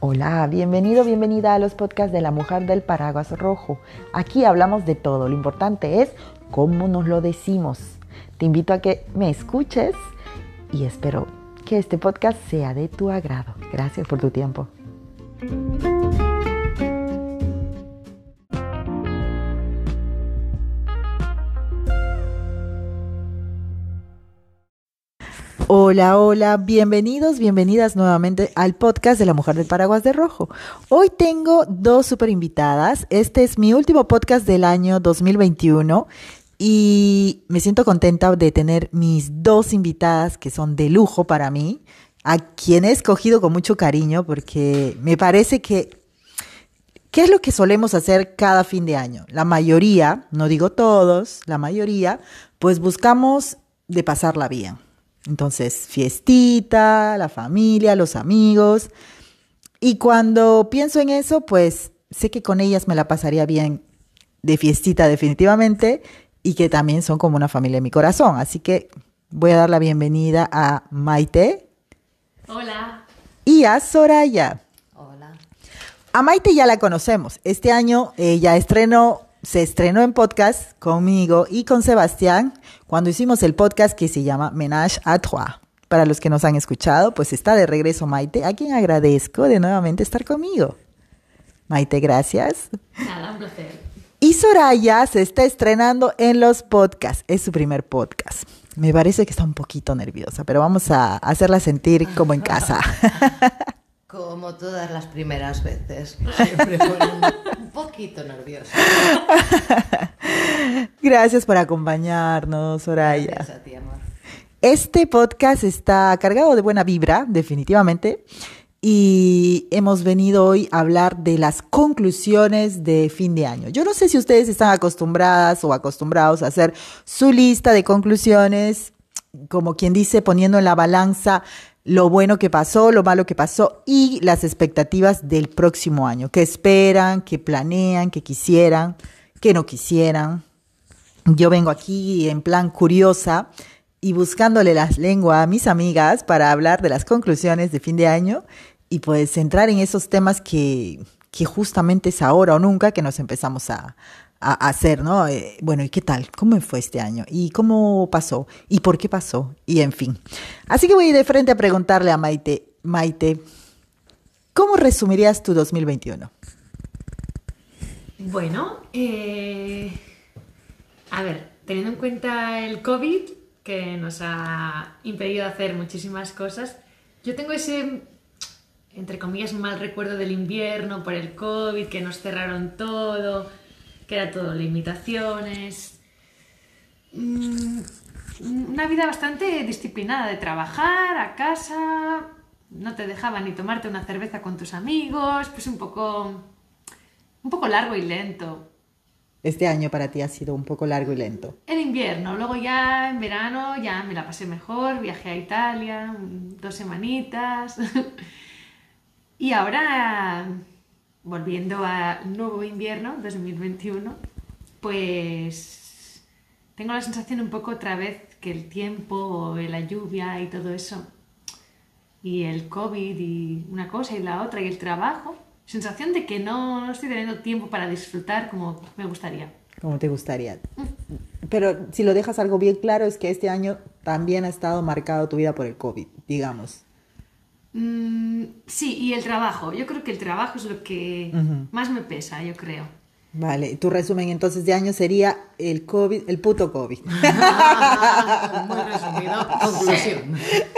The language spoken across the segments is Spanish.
Hola, bienvenido, bienvenida a los podcasts de la Mujer del Paraguas Rojo. Aquí hablamos de todo, lo importante es cómo nos lo decimos. Te invito a que me escuches y espero que este podcast sea de tu agrado. Gracias por tu tiempo. Hola, hola, bienvenidos, bienvenidas nuevamente al podcast de la Mujer del Paraguas de Rojo. Hoy tengo dos super invitadas. Este es mi último podcast del año 2021 y me siento contenta de tener mis dos invitadas que son de lujo para mí, a quien he escogido con mucho cariño porque me parece que ¿qué es lo que solemos hacer cada fin de año? La mayoría, no digo todos, la mayoría, pues buscamos de pasarla bien. Entonces, fiestita, la familia, los amigos. Y cuando pienso en eso, pues sé que con ellas me la pasaría bien de fiestita definitivamente y que también son como una familia en mi corazón. Así que voy a dar la bienvenida a Maite. Hola. Y a Soraya. Hola. A Maite ya la conocemos. Este año ella se estrenó en podcast conmigo y con Sebastián cuando hicimos el podcast que se llama Ménage à Trois. Para los que nos han escuchado, pues está de regreso Maite, a quien agradezco de nuevamente estar conmigo. Maite, gracias. Nada, un placer. Y Soraya se está estrenando en los podcasts. Es su primer podcast. Me parece que está un poquito nerviosa, pero vamos a hacerla sentir como en casa. Como todas las primeras veces, siempre fue un poquito nerviosa. Gracias por acompañarnos, Soraya. Gracias a ti, amor. Este podcast está cargado de buena vibra, definitivamente, y hemos venido hoy a hablar de las conclusiones de fin de año. Yo no sé si ustedes están acostumbradas o acostumbrados a hacer su lista de conclusiones, como quien dice, poniendo en la balanza lo bueno que pasó, lo malo que pasó y las expectativas del próximo año. ¿Qué esperan, qué planean, qué quisieran, qué no quisieran? Yo vengo aquí en plan curiosa y buscándole las lenguas a mis amigas para hablar de las conclusiones de fin de año y pues entrar en esos temas que justamente es ahora o nunca que nos empezamos a hacer, ¿no? Bueno, ¿y qué tal? ¿Cómo fue este año? ¿Y cómo pasó? ¿Y por qué pasó? Y en fin. Así que voy de frente a preguntarle a Maite. Maite, ¿cómo resumirías tu 2021? Bueno, a ver, teniendo en cuenta el COVID, que nos ha impedido hacer muchísimas cosas, yo tengo ese, entre comillas, mal recuerdo del invierno por el COVID, que nos cerraron todo, que era todo limitaciones. Una vida bastante disciplinada de trabajar, a casa, no te dejaban ni tomarte una cerveza con tus amigos, pues un poco largo y lento. Este año para ti ha sido un poco largo y lento. En invierno, luego ya en verano ya me la pasé mejor, viajé a Italia 2 semanitas y ahora, volviendo al nuevo invierno 2021, pues tengo la sensación un poco otra vez que el tiempo, la lluvia y todo eso, y el COVID y una cosa y la otra y el trabajo, sensación de que no estoy teniendo tiempo para disfrutar como me gustaría. Como te gustaría. Pero si lo dejas algo bien claro es que este año también ha estado marcado tu vida por el COVID, digamos. Sí, y el trabajo. Yo creo que el trabajo es lo que más me pesa, yo creo. Vale, tu resumen entonces de año sería el COVID, el puto COVID. Muy resumido, conclusión.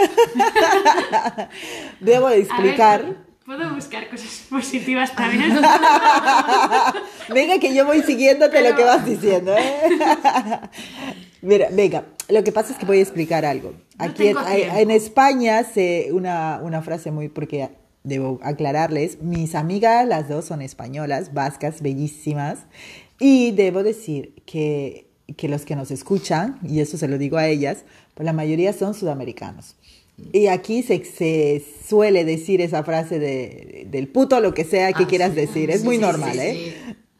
Debo explicar. A ver, ¿puedo buscar cosas positivas también? Venga, que yo voy siguiéndote lo que vas diciendo, ¿eh? Mira, venga, lo que pasa es que voy a explicar algo. Aquí en España una frase muy, porque debo aclararles, mis amigas, las dos son españolas, vascas, bellísimas, y debo decir que los que nos escuchan, y eso se lo digo a ellas, pues la mayoría son sudamericanos. Y aquí se suele decir esa frase del puto lo que sea que quieras decir. Es muy normal, ¿eh?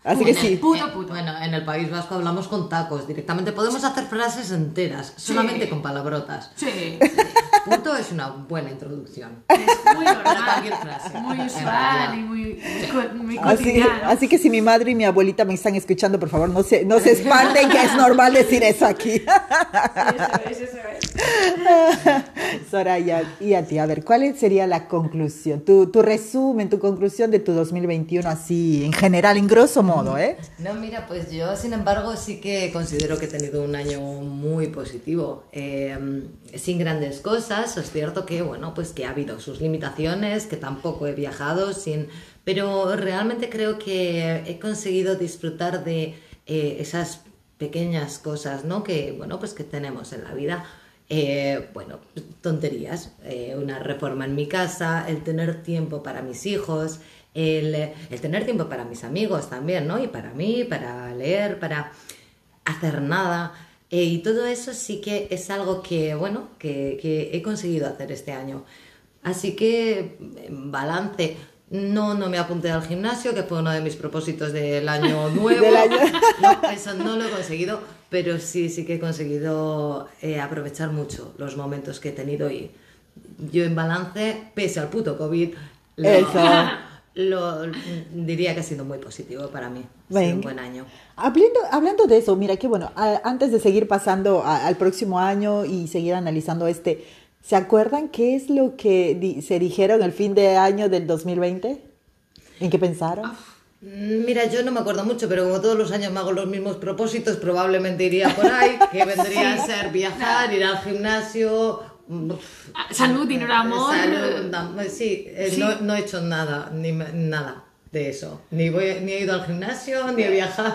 Así que sí. Puto. Bueno, en el País Vasco hablamos con tacos directamente. Podemos hacer frases enteras, solamente con palabrotas. Sí. Puto es una buena introducción. Es muy Para normal. cualquier frase. Muy en usual realidad. y muy Así, cotidiano. así que si mi madre y mi abuelita me están escuchando, por favor, no se espanten, que es normal decir eso aquí. Eso es. Soraya, y a ti, a ver, ¿cuál sería la conclusión? Tu resumen, tu conclusión de tu 2021 así, en general, en grosso modo, ¿eh? No, mira, pues yo, sin embargo, sí que considero que he tenido un año muy positivo, sin grandes cosas. Es cierto que, bueno, pues que ha habido sus limitaciones, que tampoco he viajado, pero realmente creo que he conseguido disfrutar de esas pequeñas cosas, ¿no? Que, bueno, pues que tenemos en la vida. Bueno, tonterías, una reforma en mi casa, el tener tiempo para mis hijos, el tener tiempo para mis amigos también, ¿no? Y para mí, para leer, para hacer nada. Y todo eso sí que es algo que, bueno, que he conseguido hacer este año. Así que, en balance, no me apunté al gimnasio, que fue uno de mis propósitos del año nuevo. No, eso no lo he conseguido, pero sí que he conseguido aprovechar mucho los momentos que he tenido. Y yo, en balance, pese al puto COVID, diría que ha sido muy positivo para mí. Ha sido un buen año. Hablando de eso, mira, qué bueno, antes de seguir pasando al próximo año y seguir analizando ¿se acuerdan qué es lo que se dijeron el fin de año del 2020? ¿En qué pensaron? Mira, yo no me acuerdo mucho, pero como todos los años me hago los mismos propósitos, probablemente iría por ahí, que vendría a ser viajar, ir al gimnasio... Salud, dinero, amor. Sí. No he hecho nada, nada de eso. Ni he ido al gimnasio, ni he viajado.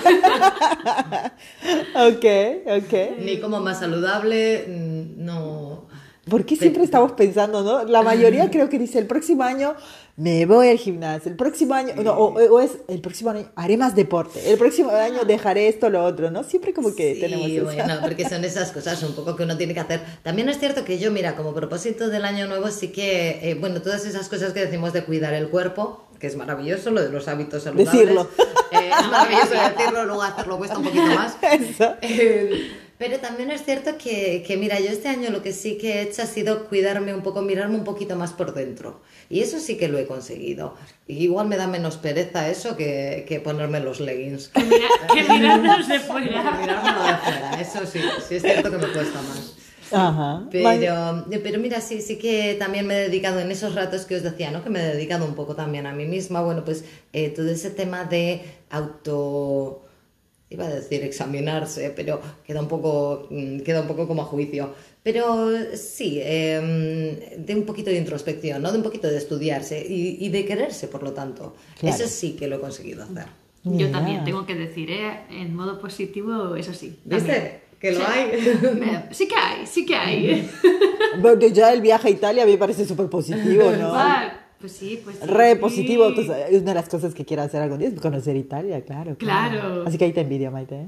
Ok. Ni como más saludable, no... ¿Por qué siempre estamos pensando, no? La mayoría creo que dice, el próximo año me voy al gimnasio, el próximo año, no, o es, el próximo año haré más deporte, el próximo año dejaré esto, lo otro, ¿no? Siempre como que tenemos eso. Bueno, porque son esas cosas un poco que uno tiene que hacer. También es cierto que yo, mira, como propósito del año nuevo, sí que, bueno, todas esas cosas que decimos de cuidar el cuerpo, que es maravilloso, lo de los hábitos saludables. Decirlo. Es maravilloso decirlo, luego hacerlo cuesta un poquito más. Eso. Pero también es cierto que, mira, yo este año lo que sí que he hecho ha sido cuidarme un poco, mirarme un poquito más por dentro. Y eso sí que lo he conseguido. Y igual me da menos pereza eso que ponerme los leggings. Que mirarnos de fuera. Mirármelo de fuera, eso sí es cierto que me cuesta más. Ajá. Pero mira, sí que también me he dedicado en esos ratos que os decía, ¿no? Que me he dedicado un poco también a mí misma. Bueno, pues todo ese tema de iba a decir examinarse, pero queda un poco como a juicio. Pero sí, de un poquito de introspección, ¿no? De un poquito de estudiarse y de quererse, por lo tanto. Claro. Eso sí que lo he conseguido hacer. Yo también tengo que decir, en modo positivo, eso sí. ¿Viste? Que lo hay. Sí que hay. Porque ya el viaje a Italia me parece súper positivo, ¿no? Pues sí. Re positivo. Pues, es una de las cosas que quiero hacer algún día, es conocer Italia, claro. Así que ahí te envidio, Maite.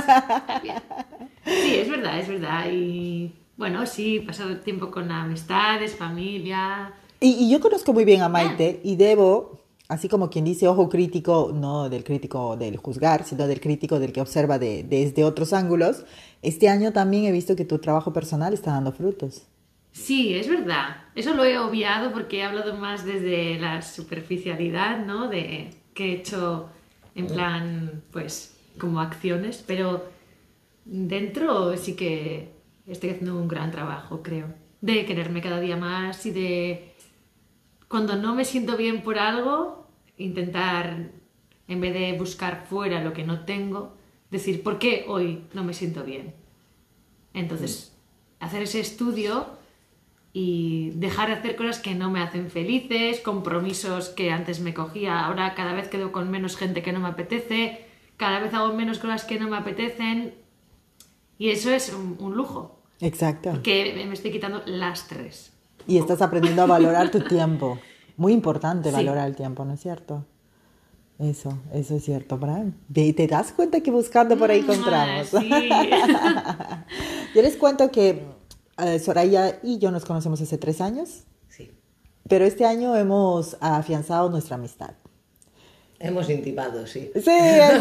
Sí, es verdad. Y bueno, sí, he pasado tiempo con amistades, familia. Y yo conozco muy bien a Maite y debo, así como quien dice, ojo crítico, no del crítico del juzgar, sino del crítico del que observa desde otros ángulos. Este año también he visto que tu trabajo personal está dando frutos. Sí, es verdad. Eso lo he obviado porque he hablado más desde la superficialidad, ¿no? Que he hecho en plan, pues, como acciones, pero dentro sí que estoy haciendo un gran trabajo, creo. De quererme cada día más y de, cuando no me siento bien por algo, intentar, en vez de buscar fuera lo que no tengo, decir, ¿por qué hoy no me siento bien? Entonces, hacer ese estudio y dejar de hacer cosas que no me hacen felices, compromisos que antes me cogía, ahora cada vez quedo con menos gente que no me apetece, cada vez hago menos cosas que no me apetecen, y eso es un lujo. Exacto. Porque me estoy quitando lastres. Y estás aprendiendo a valorar tu tiempo. Muy importante valorar el tiempo, ¿no es cierto? Eso es cierto, Bran. ¿Te das cuenta que buscando por ahí encontramos? Sí. Yo les cuento que Soraya y yo nos conocemos hace 3 años. Sí. Pero este año hemos afianzado nuestra amistad. Hemos intimado, sí. Sí, eso.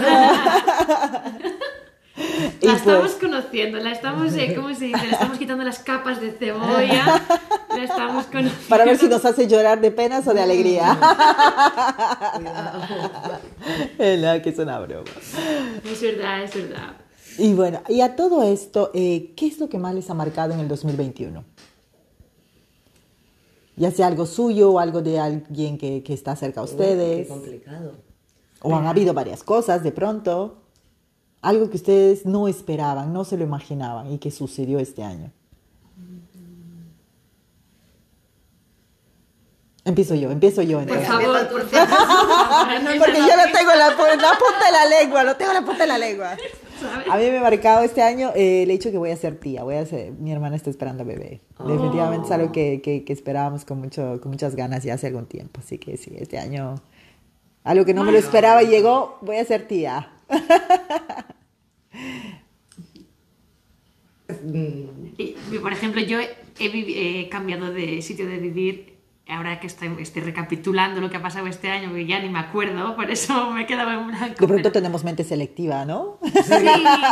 Y La estamos pues, conociendo, la estamos, ¿cómo se dice? Le estamos quitando las capas de cebolla, la estamos conociendo. para ver si nos hace llorar de penas o de alegría. Cuidado. Que es una broma. Es verdad, es verdad. Y bueno, y a todo esto, ¿qué es lo que más les ha marcado en el 2021? Ya sea algo suyo o algo de alguien que está cerca a ustedes. Qué complicado. O han habido varias cosas de pronto. Algo que ustedes no esperaban, no se lo imaginaban y que sucedió este año. Empiezo yo. Por Entonces. favor, por favor. Porque yo lo tengo en la punta de la lengua, lo tengo en la punta de la lengua. ¿Sabes? A mí me ha marcado este año el hecho que voy a ser tía, mi hermana está esperando bebé. Definitivamente es algo que esperábamos con muchas ganas ya hace algún tiempo, así que sí, este año, algo que no me lo esperaba y llegó, voy a ser tía. Por ejemplo, yo he cambiado de sitio de vivir. Ahora que estoy recapitulando lo que ha pasado este año, que ya ni me acuerdo, por eso me he quedado en blanco. De pronto tenemos mente selectiva, ¿no? Sí.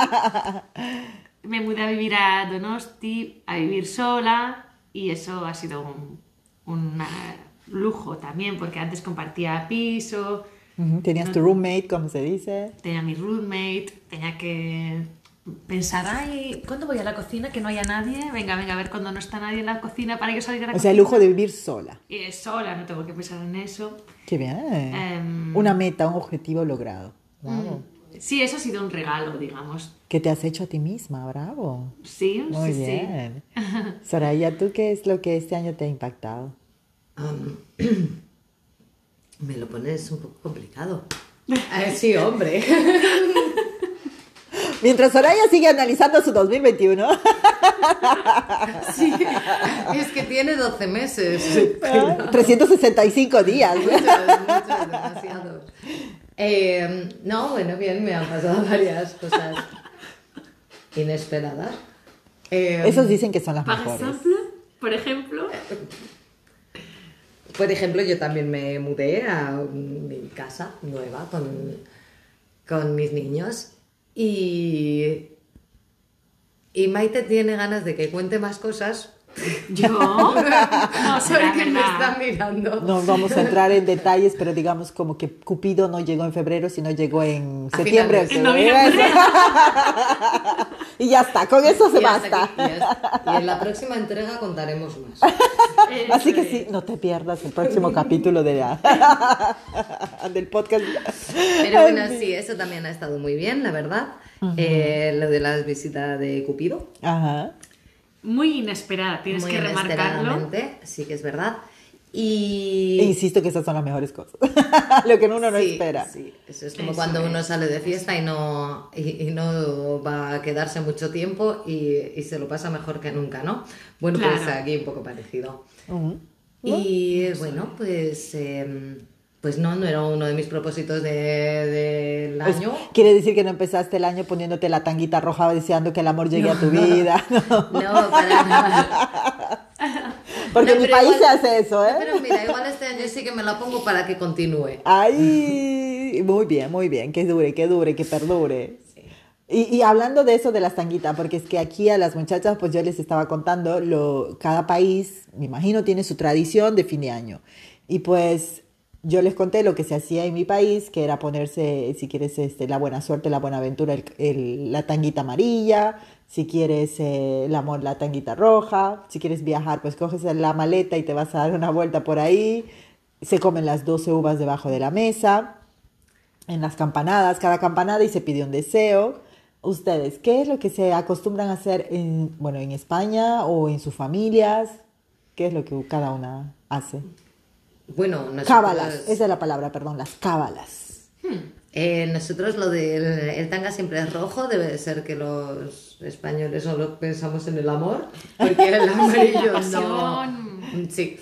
Me mudé a vivir a Donosti, a vivir sola, y eso ha sido un lujo también, porque antes compartía piso. Tenías tu roommate, como se dice. Tenía mi roommate, tenía que pensar, ay, ¿cuándo voy a la cocina? Que no haya nadie. Venga, a ver cuándo no está nadie en la cocina para yo salir a la O cocina. sea, el lujo de vivir sola. Y sola, no tengo que pensar en eso. Qué bien. Una meta, un objetivo logrado. Bravo. Sí, eso ha sido un regalo, digamos. ¿Qué te has hecho a ti misma? Bravo. Sí, Muy sí, bien. Soraya, ¿tú qué es lo que este año te ha impactado? Me lo pones un poco complicado. Sí, hombre. Mientras Soraya sigue analizando su 2021. Sí, es que tiene 12 meses. 365 días. Muchos, demasiados. No, bueno, bien, me han pasado varias cosas inesperadas. Esos dicen que son las Por mejores. ejemplo, Por ejemplo, yo también me mudé a mi casa nueva con mis niños y Maite tiene ganas de que cuente más cosas. yo no será Porque me verdad. está mirando. No vamos a entrar en detalles, pero digamos como que Cupido no llegó en febrero, sino llegó en A septiembre. finales. En noviembre. Y ya está, con eso se Y hasta basta. aquí, y hasta- y en la próxima entrega contaremos más. Así que Eso sí, es. no te pierdas el próximo capítulo del podcast. Pero bueno, sí, eso también ha estado muy bien, la verdad. Lo de las visitas de Cupido. Ajá. Muy inesperada, tienes Muy que remarcarlo. inesperadamente, sí que es verdad. E Y insisto que esas son las mejores cosas. Lo que uno no sí, espera. sí, eso es como Eso cuando es. uno sale de fiesta y no va a quedarse mucho tiempo y se lo pasa mejor que nunca, ¿no? Bueno, pues Claro. aquí un poco parecido. Ujú. Y bueno, pues no era uno de mis propósitos del Pues, año. quiere decir que no empezaste el año poniéndote la tanguita roja deseando que el amor llegue a tu vida. ¿no? No, para nada. Porque No, en mi pero país igual- se hace eso, ¿eh? No, pero mira, igual este año sí que me la pongo para que continúe. Ay, muy bien, que dure, que perdure. Y hablando de eso de las tanguitas, porque es que aquí a las muchachas, pues yo les estaba contando, cada país, me imagino, tiene su tradición de fin de año. Y pues yo les conté lo que se hacía en mi país, que era ponerse, si quieres, la buena suerte, la buena aventura, la tanguita amarilla, si quieres la tanguita roja, si quieres viajar, pues coges la maleta y te vas a dar una vuelta por ahí, se comen las 12 uvas debajo de la mesa, en las campanadas, cada campanada y se pide un deseo. Ustedes, ¿qué es lo que se acostumbran a hacer en España o en sus familias? ¿Qué es lo que cada una hace? Bueno, nosotros... Cábalas, esa es la palabra, perdón, las cábalas. Nosotros lo del tanga siempre es rojo, debe de ser que los españoles solo pensamos en el amor, porque el amarillo no... Pasión. Sí,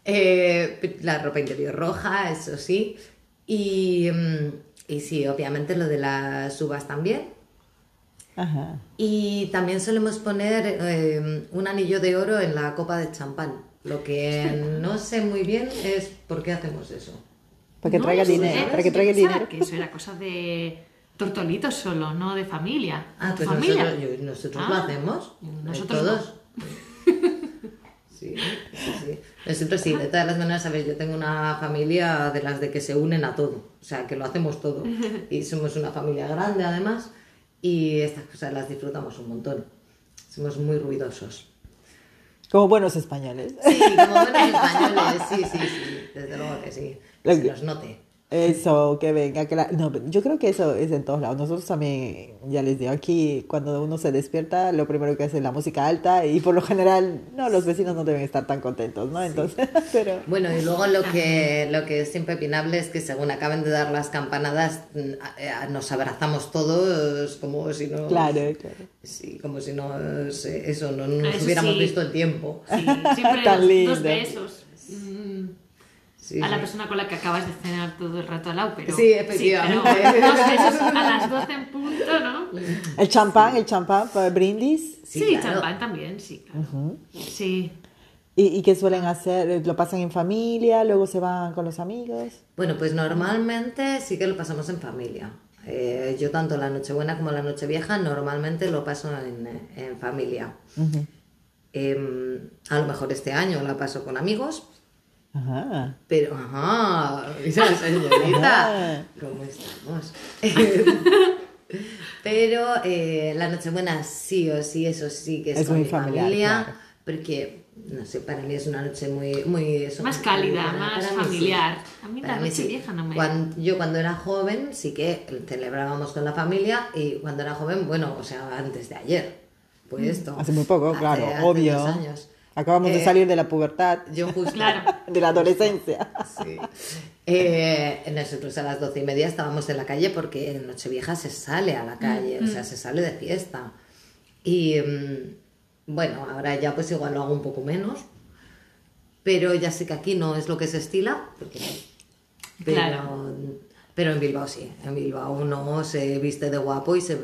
la ropa interior roja, eso sí, y sí, obviamente lo de las uvas también. Ajá. Y también solemos poner un anillo de oro en la copa de champán. Lo que no sé muy bien es por qué hacemos eso. para que traiga dinero, para que traiga dinero. Que eso era cosa de tortolitos solo, no de familia. Ah, pues familia. nosotros lo hacemos. Nosotros todos. Sí. Nosotros sí, de todas las maneras, a ver, yo tengo una familia de las de que se unen a todo, o sea, que lo hacemos todo. Y somos una familia grande además, y estas cosas las disfrutamos un montón. Somos muy ruidosos. Como buenos españoles. Sí, como buenos españoles, sí, desde luego que sí. Que se los note. Eso, que venga, no, yo creo que eso es en todos lados. Nosotros también, ya les digo, aquí cuando uno se despierta, lo primero que hace es la música alta y por lo general, no, los vecinos no deben estar tan contentos, ¿no? Entonces, pero... Bueno, y luego lo que es impepinable es que según acaben de dar las campanadas, nos abrazamos todos como si no... Claro. Sí, como si no, eso, no nos hubiéramos visto el tiempo. Sí, siempre Tan lindo. 2 besos. Sí, a la persona con la que acabas de cenar todo el rato al lado, pero... Sí, efectivamente. Pero 2 besos a las 12 en punto, ¿no? El champán, para brindis. Sí, claro. champán también, sí, claro. Sí. ¿Y qué suelen hacer? ¿Lo pasan en familia? ¿Luego se van con los amigos? Bueno, pues normalmente sí que lo pasamos en familia. Yo tanto la Nochebuena como la Nochevieja normalmente lo paso en familia. A lo mejor este año la paso con amigos. Ajá. Pero, mira, señorita, ¿cómo estamos? Pero la Nochebuena sí o sí, eso sí que es con muy mi familiar, familia, claro. Porque, no sé, para mí es una noche muy eso, Más cálida, para más mí familiar. Sí. A mí Para la mí Nochevieja no me... Yo cuando era joven sí que celebrábamos con la familia y cuando era joven, bueno, o sea, antes de ayer, pues esto. Hace muy poco, claro, hace obvio. 2 años. Acabamos de salir de la pubertad, Yo justo... Claro. de la adolescencia. Sí. Nosotros a las 12:30 estábamos en la calle porque en Nochevieja se sale a la calle, o sea, se sale de fiesta. Y bueno, ahora ya pues igual lo hago un poco menos, pero ya sé que aquí no es lo que se estila, Claro. Pero en Bilbao sí, en Bilbao uno se viste de guapo y se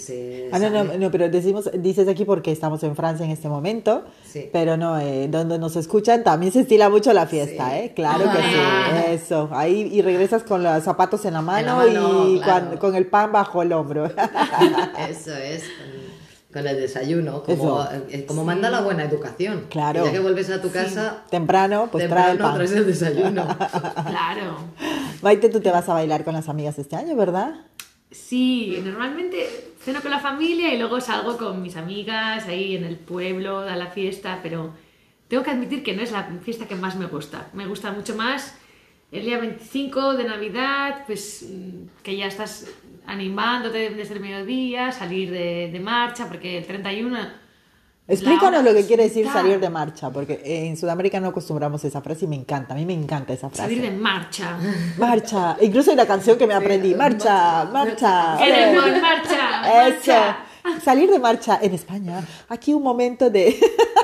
No, pero dices aquí porque estamos en Francia en este momento, Sí. pero no, donde nos escuchan también se estila mucho la fiesta, Sí. Claro que Ah. sí, eso, ahí y regresas con los zapatos en la mano, y claro. con el pan bajo el hombro. Eso es, con el desayuno, como manda la buena educación. Claro. Y ya que vuelves a tu casa, Temprano, pues trae el pan. traes el desayuno. Claro. Maite, tú te vas a bailar con las amigas este año, ¿verdad? Sí, normalmente ceno con la familia y luego salgo con mis amigas ahí en el pueblo, a la fiesta, pero tengo que admitir que no es la fiesta que más me gusta. Me gusta mucho más el día 25 de Navidad, pues que ya estás animándote desde el mediodía, salir de marcha, porque el 31... Explícanos lo que quiere decir Claro. salir de marcha, porque en Sudamérica no acostumbramos esa frase y me encanta, a mí me encanta esa frase. Salir de marcha. Marcha, incluso hay una canción que me aprendí, marcha. ¡Queremos marcha! Eso, ¡Marcha! salir de marcha en España. Aquí un momento de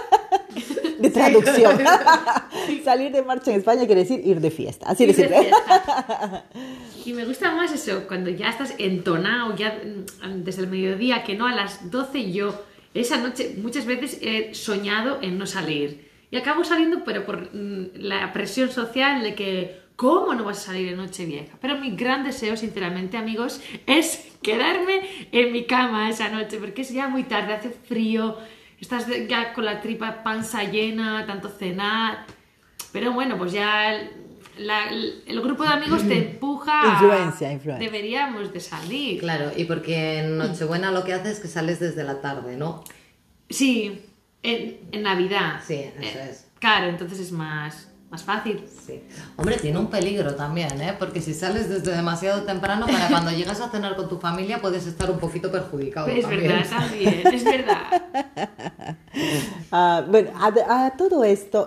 traducción. Salir de marcha en España quiere decir ir de fiesta, así de Ir de simple. fiesta. Y me gusta más eso, cuando ya estás entonado, ya desde el mediodía, que no a las 12 yo, esa noche muchas veces he soñado en no salir. Y acabo saliendo, pero por la presión social de que, ¿cómo no vas a salir en Nochevieja? Pero mi gran deseo, sinceramente, amigos, es quedarme en mi cama esa noche, porque es ya muy tarde, hace frío, estás ya con la tripa panza llena, tanto cenar. Pero bueno, pues ya el grupo de amigos te empuja. Influencia. Deberíamos de salir. Claro, y porque en Nochebuena lo que haces es que sales desde la tarde, ¿no? Sí, en Navidad. Sí, eso es. Claro, entonces es más fácil. Sí. Hombre, tiene un peligro también, ¿eh? Porque si sales desde demasiado temprano, para cuando llegas a cenar con tu familia puedes estar un poquito perjudicado. Es también. verdad, también, es verdad. Bueno, a todo esto,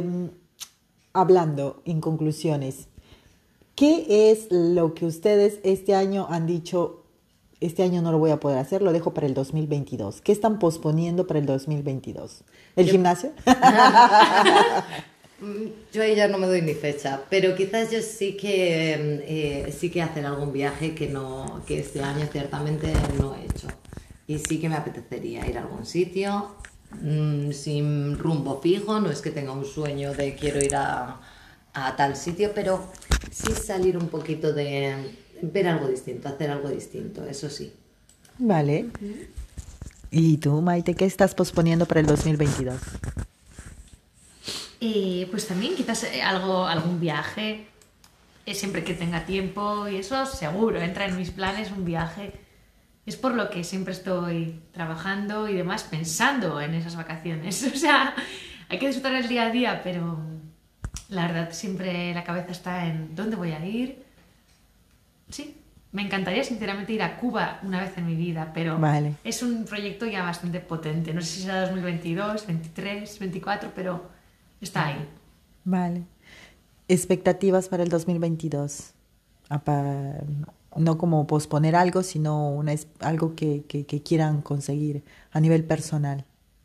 hablando en conclusiones, ¿qué es lo que ustedes este año han dicho? Este año no lo voy a poder hacer, lo dejo para el 2022. ¿Qué están posponiendo para el 2022? ¿El gimnasio? Yo ahí ya no me doy ni fecha, pero quizás yo sí que hacer algún viaje que este año ciertamente no he hecho. Y sí que me apetecería ir a algún sitio sin rumbo fijo, no es que tenga un sueño de quiero ir a a tal sitio, pero sí salir un poquito de ver algo distinto, hacer algo distinto, eso sí. Vale. ¿Y tú, Maite, qué estás posponiendo para el 2022? Pues también quizás algún viaje, siempre que tenga tiempo, y eso seguro, entra en mis planes un viaje. Es por lo que siempre estoy trabajando y demás pensando en esas vacaciones. O sea, hay que disfrutar el día a día, pero la verdad siempre la cabeza está en dónde voy a ir. Sí, me encantaría sinceramente ir a Cuba una vez en mi vida, pero Vale. es un proyecto ya bastante potente. No sé si será 2022, 23, 24, pero está ahí. Vale. Expectativas para el 2022. No como posponer algo, sino algo que quieran conseguir a nivel personal.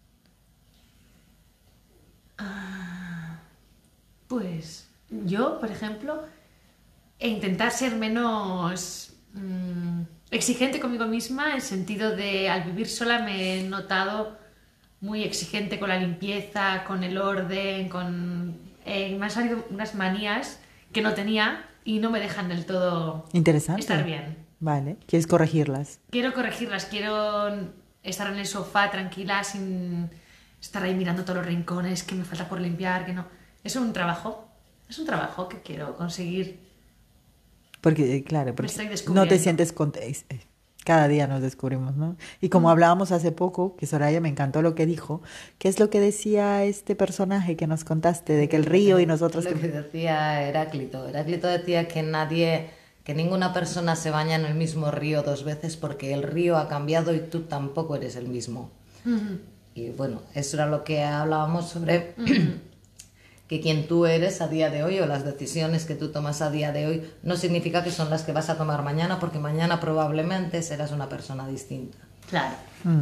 Pues yo, por ejemplo, intentar ser menos exigente conmigo misma, en el sentido de al vivir sola me he notado muy exigente con la limpieza, con el orden, me han salido unas manías que no tenía y no me dejan del todo Interesante. estar bien. Vale. ¿Quieres corregirlas? Quiero corregirlas, quiero estar en el sofá tranquila sin estar ahí mirando todos los rincones que me falta por limpiar, que no. Es un trabajo que quiero conseguir. Porque, claro, Me porque estoy no descubriendo. te sientes cada día nos descubrimos, ¿no? Y como hablábamos hace poco, que Soraya me encantó lo que dijo, ¿qué es lo que decía este personaje que nos contaste, de que el río y nosotros... Lo que decía Heráclito. Heráclito decía que ninguna persona se baña en el mismo río dos veces porque el río ha cambiado y tú tampoco eres el mismo. Y bueno, eso era lo que hablábamos sobre que quien tú eres a día de hoy o las decisiones que tú tomas a día de hoy no significa que son las que vas a tomar mañana, porque mañana probablemente serás una persona distinta. Claro.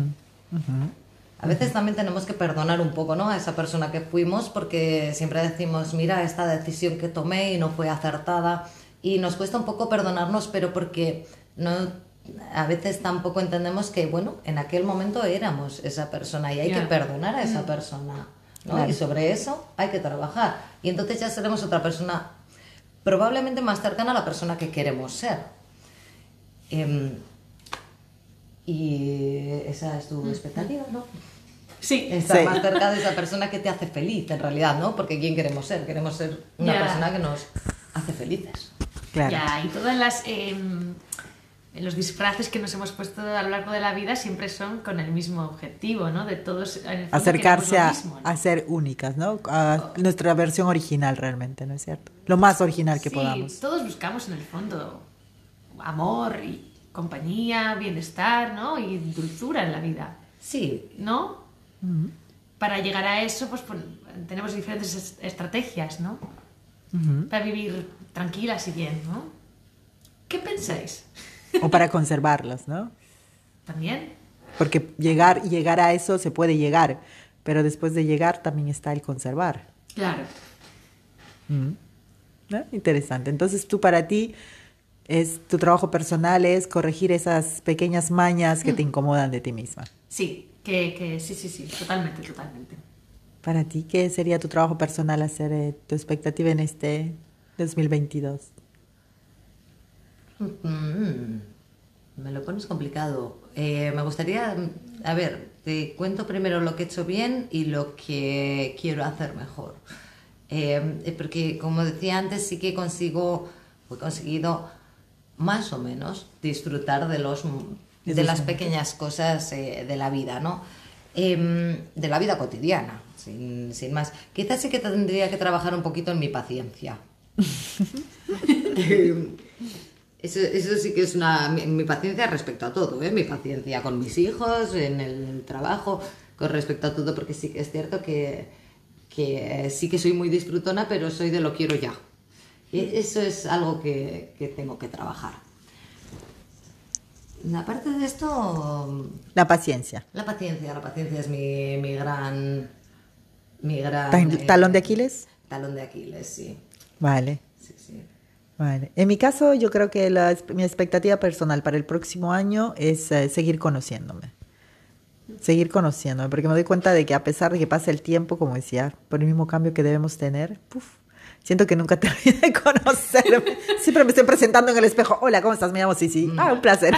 A veces también tenemos que perdonar un poco, ¿no?, a esa persona que fuimos, porque siempre decimos, mira, esta decisión que tomé y no fue acertada, y nos cuesta un poco perdonarnos, pero porque a veces tampoco entendemos que, bueno, en aquel momento éramos esa persona y hay que perdonar a esa persona, ¿no? Claro. Y sobre eso hay que trabajar. Y entonces ya seremos otra persona, probablemente más cercana a la persona que queremos ser. Y esa es tu expectativa, ¿no? Sí. Estar más cerca de esa persona que te hace feliz, en realidad, ¿no? Porque ¿quién queremos ser? Queremos ser una persona que nos hace felices. Claro. Ya, y todas los disfraces que nos hemos puesto a lo largo de la vida siempre son con el mismo objetivo, ¿no? De todos en el fondo acercarse mismo, ¿no? a ser únicas, ¿no? A nuestra versión original realmente, ¿no es cierto? Lo más original que podamos. Sí, todos buscamos en el fondo amor y compañía, bienestar, ¿no? Y dulzura en la vida. Sí. ¿No? Para llegar a eso, pues tenemos diferentes estrategias, ¿no? Para vivir tranquilas y bien, ¿no? ¿Qué pensáis? O para conservarlas, ¿no? También. Porque llegar a eso se puede llegar, pero después de llegar también está el conservar. Claro. ¿No? Interesante. Entonces tú, para ti, tu trabajo personal es corregir esas pequeñas mañas que te incomodan de ti misma. Sí, sí, totalmente. Para ti, ¿qué sería tu trabajo personal hacer, tu expectativa en este 2022? Me lo pones complicado. Me gustaría, a ver, te cuento primero lo que he hecho bien y lo que quiero hacer mejor. Porque, como decía antes, sí que he conseguido más o menos disfrutar de las pequeñas cosas de la vida, ¿no? De la vida cotidiana, sin más. Quizás sí que tendría que trabajar un poquito en mi paciencia. Eso sí que es mi paciencia respecto a todo, ¿eh? Mi paciencia con mis hijos, en el trabajo, con respecto a todo, porque sí que es cierto que sí que soy muy disfrutona, pero soy de lo quiero ya. Y eso es algo que tengo que trabajar. Aparte de esto... La paciencia. La paciencia es mi gran... ¿Talón de Aquiles? Talón de Aquiles, sí. Vale. Sí. Vale. En mi caso, yo creo que mi expectativa personal para el próximo año es seguir conociéndome. Porque me doy cuenta de que a pesar de que pase el tiempo, como decía, por el mismo cambio que debemos tener, Siento que nunca terminé de conocerme. Siempre me estoy presentando en el espejo. Hola, ¿cómo estás? Me llamo Sisi. Un placer.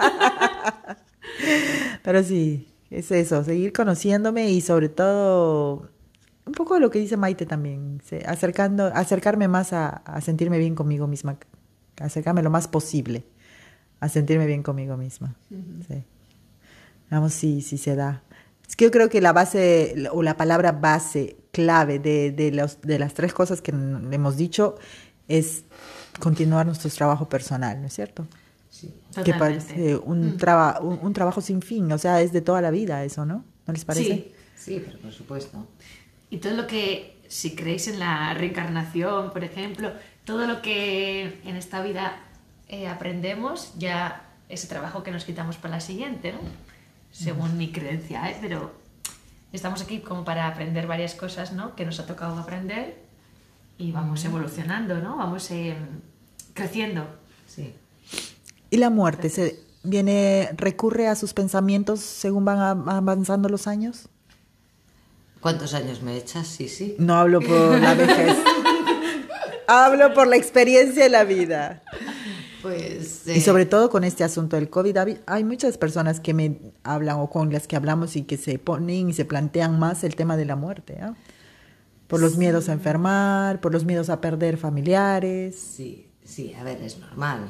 Pero sí, es eso, seguir conociéndome y sobre todo un poco de lo que dice Maite también, acercarme más a sentirme bien conmigo misma, acercarme lo más posible a sentirme bien conmigo misma. Sí. Vamos, sí se da. Es que yo creo que la base o la palabra base clave de las tres cosas que hemos dicho es continuar nuestro trabajo personal, ¿no es cierto? Sí, que parece un trabajo sin fin, o sea, es de toda la vida eso, ¿no? ¿No les parece? Sí, pero por supuesto. Y todo lo que, si creéis en la reencarnación, por ejemplo, todo lo que en esta vida aprendemos, ya ese trabajo que nos quitamos para la siguiente, ¿no? Según mi creencia, ¿eh? Pero estamos aquí como para aprender varias cosas, ¿no? Que nos ha tocado aprender y vamos evolucionando, ¿no? Vamos creciendo. Sí. ¿Y la muerte recurre a sus pensamientos según van avanzando los años? ¿Cuántos años me echas? Sí. No hablo por la vejez. Hablo por la experiencia de la vida. Pues, y sobre todo con este asunto del COVID, hay muchas personas que me hablan o con las que hablamos y que se ponen y se plantean más el tema de la muerte, ¿eh? Por los miedos a enfermar, por los miedos a perder familiares. Sí, a ver, es normal.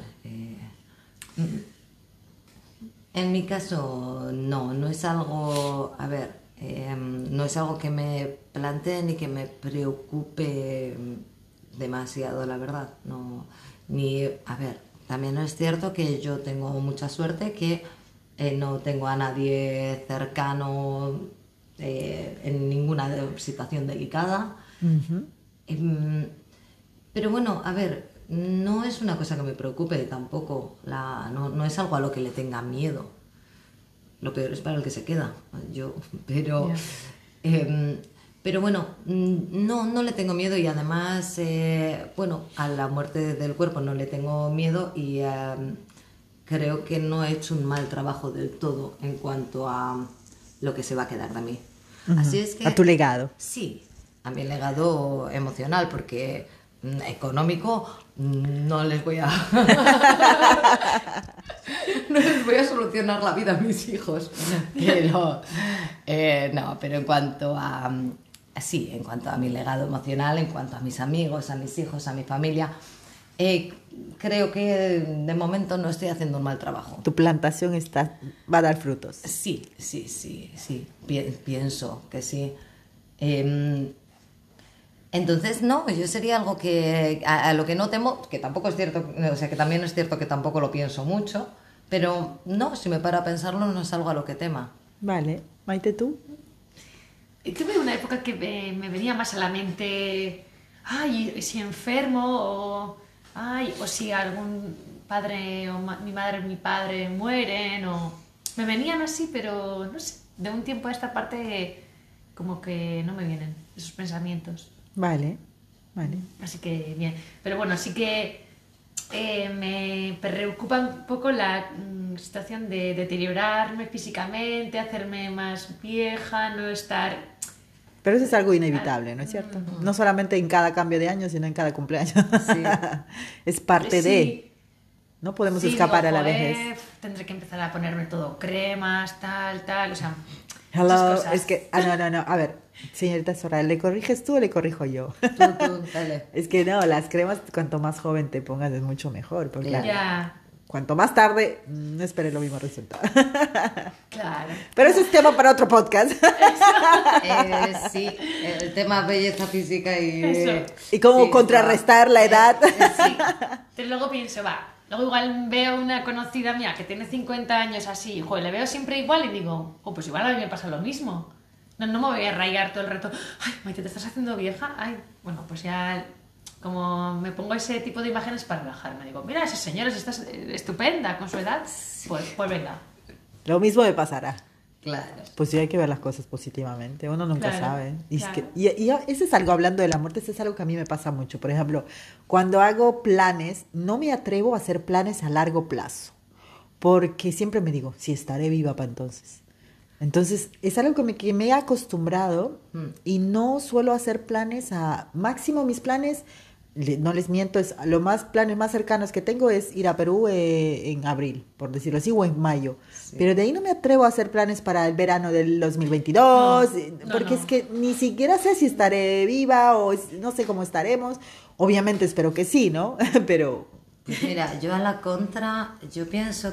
En mi caso, no es algo, a ver, no es algo que me plantee ni que me preocupe demasiado, la verdad. No, a ver, también es cierto que yo tengo mucha suerte que no tengo a nadie cercano en ninguna situación delicada. Uh-huh. Pero bueno, a ver, no es una cosa que me preocupe tampoco, no es algo a lo que le tenga miedo. Lo peor es para el que se queda, pero bueno, no le tengo miedo y además, a la muerte del cuerpo no le tengo miedo y creo que no he hecho un mal trabajo del todo en cuanto a lo que se va a quedar de mí. Uh-huh. Así es que... A tu legado. Sí, a mi legado emocional, porque económico no les voy a no les voy a solucionar la vida a mis hijos, pero pero en cuanto a mi legado emocional, en cuanto a mis amigos, a mis hijos, a mi familia, creo que de momento no estoy haciendo un mal trabajo. Tu plantación va a dar frutos. Sí, pienso que sí. Entonces, no, yo sería algo que a lo que no temo, que tampoco es cierto, o sea, que también es cierto que tampoco lo pienso mucho, pero no, si me paro a pensarlo, no es algo a lo que tema. Vale. Maite, ¿tú? Tuve una época que me venía más a la mente, si enfermo, o si algún padre o mi madre o mi padre mueren, o me venían así, pero no sé, de un tiempo a esta parte como que no me vienen esos pensamientos. Vale. Así que bien. Pero bueno, sí que me preocupa un poco la situación de deteriorarme físicamente, hacerme más vieja, no estar... Pero eso es algo inevitable, ¿no es cierto? No solamente en cada cambio de año, sino en cada cumpleaños. Sí. Es parte de... No podemos escapar a la vejez. Tendré que empezar a ponerme todo cremas, tal, o sea... Hello, es que... no. A ver, señorita Soraya, ¿le corriges tú o le corrijo yo? Tú, dale. Es que no, las cremas, cuanto más joven te pongas es mucho mejor. Porque cuanto más tarde, no esperes lo mismo resultado. Claro. Pero ese es tema para otro podcast. Sí, el tema belleza física y cómo contrarrestar la edad. Sí. Entonces luego pienso, luego igual veo una conocida mía que tiene 50 años así, le veo siempre igual y digo, pues igual a mí me pasa lo mismo. No me voy a rayar todo el rato. Ay, Maite, ¿te estás haciendo vieja? Ay, bueno, pues ya como me pongo ese tipo de imágenes para relajarme. Digo, mira, esa señora está estupenda con su edad. Pues venga. Lo mismo me pasará. Claro. Pues sí, hay que ver las cosas positivamente. Uno nunca sabe. Y, claro. Y eso es algo, hablando de la muerte, eso es algo que a mí me pasa mucho. Por ejemplo, cuando hago planes, no me atrevo a hacer planes a largo plazo. Porque siempre me digo, si estaré viva para entonces. Entonces, es algo que me he acostumbrado y no suelo hacer planes a máximo mis planes, no les miento, es lo más planes más cercanos que tengo es ir a Perú en abril, por decirlo así, o en mayo. Sí. Pero de ahí no me atrevo a hacer planes para el verano del 2022, porque es que ni siquiera sé si estaré viva o no sé cómo estaremos. Obviamente espero que sí, ¿no? Pero Pues mira, yo a la contra, yo pienso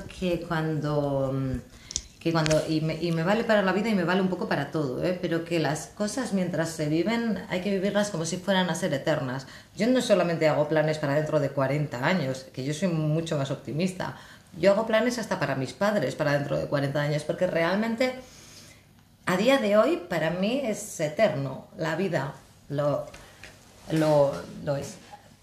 y me vale para la vida y me vale un poco para todo, ¿eh? Pero que las cosas mientras se viven hay que vivirlas como si fueran a ser eternas. Yo no solamente hago planes para dentro de 40 años, que yo soy mucho más optimista. Yo hago planes hasta para mis padres para dentro de 40 años, porque realmente a día de hoy para mí es eterno. La vida lo es.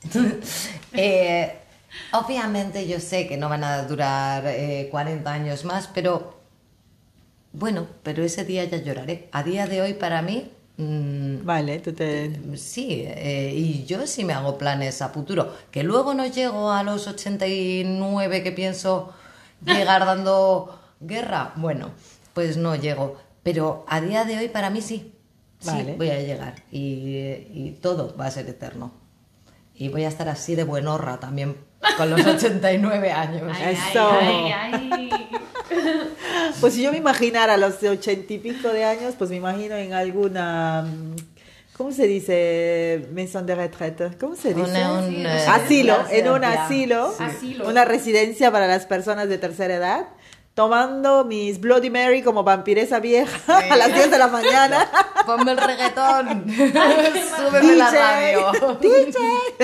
Obviamente yo sé que no van a durar 40 años más, pero bueno, pero ese día ya lloraré. A día de hoy para mí, vale, tú te... sí, y yo sí me hago planes a futuro. Que luego no llego a los 89 que pienso llegar dando guerra, bueno, pues no llego. Pero a día de hoy para mí sí, Vale. sí voy a llegar y todo va a ser eterno. Y voy a estar así de buenorra también con los 89 años. Ay, Eso. ay, ay, ay. Pues si yo me imaginara a los 80 y pico de años, pues me imagino en alguna, ¿cómo se dice? Maison de retraite, ¿cómo se dice? Asilo, en un asilo, Asilo. una residencia para las personas de tercera edad, tomando mis Bloody Mary como vampiresa vieja a las 10 de la mañana. Ponme el reggaetón, súbeme la radio. DJ.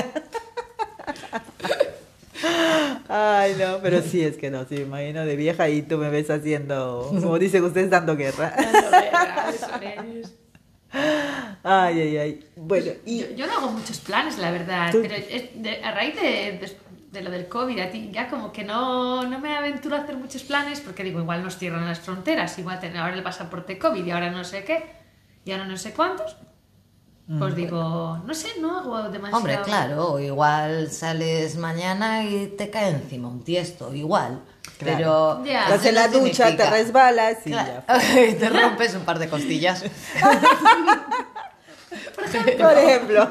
Ay, no, pero sí, es que no, sí, me imagino de vieja y tú me ves haciendo, como dicen ustedes, dando guerra. Dando guerra, eso es. Ay, ay, ay. Bueno, y Yo no hago muchos planes, la verdad, Tú- pero a raíz de lo del COVID, a ti ya como que no me aventuro a hacer muchos planes porque digo, igual nos cierran las fronteras, igual ahora el pasaporte COVID y ahora no sé qué, y ahora no sé cuántos. Pues digo, no sé, no hago demasiado. Hombre, claro, igual sales mañana y te cae encima un tiesto, igual. Claro. Pero Ya. eso estás en la no ducha, te significa- resbalas y Claro, ya. te rompes un par de costillas. Por ejemplo.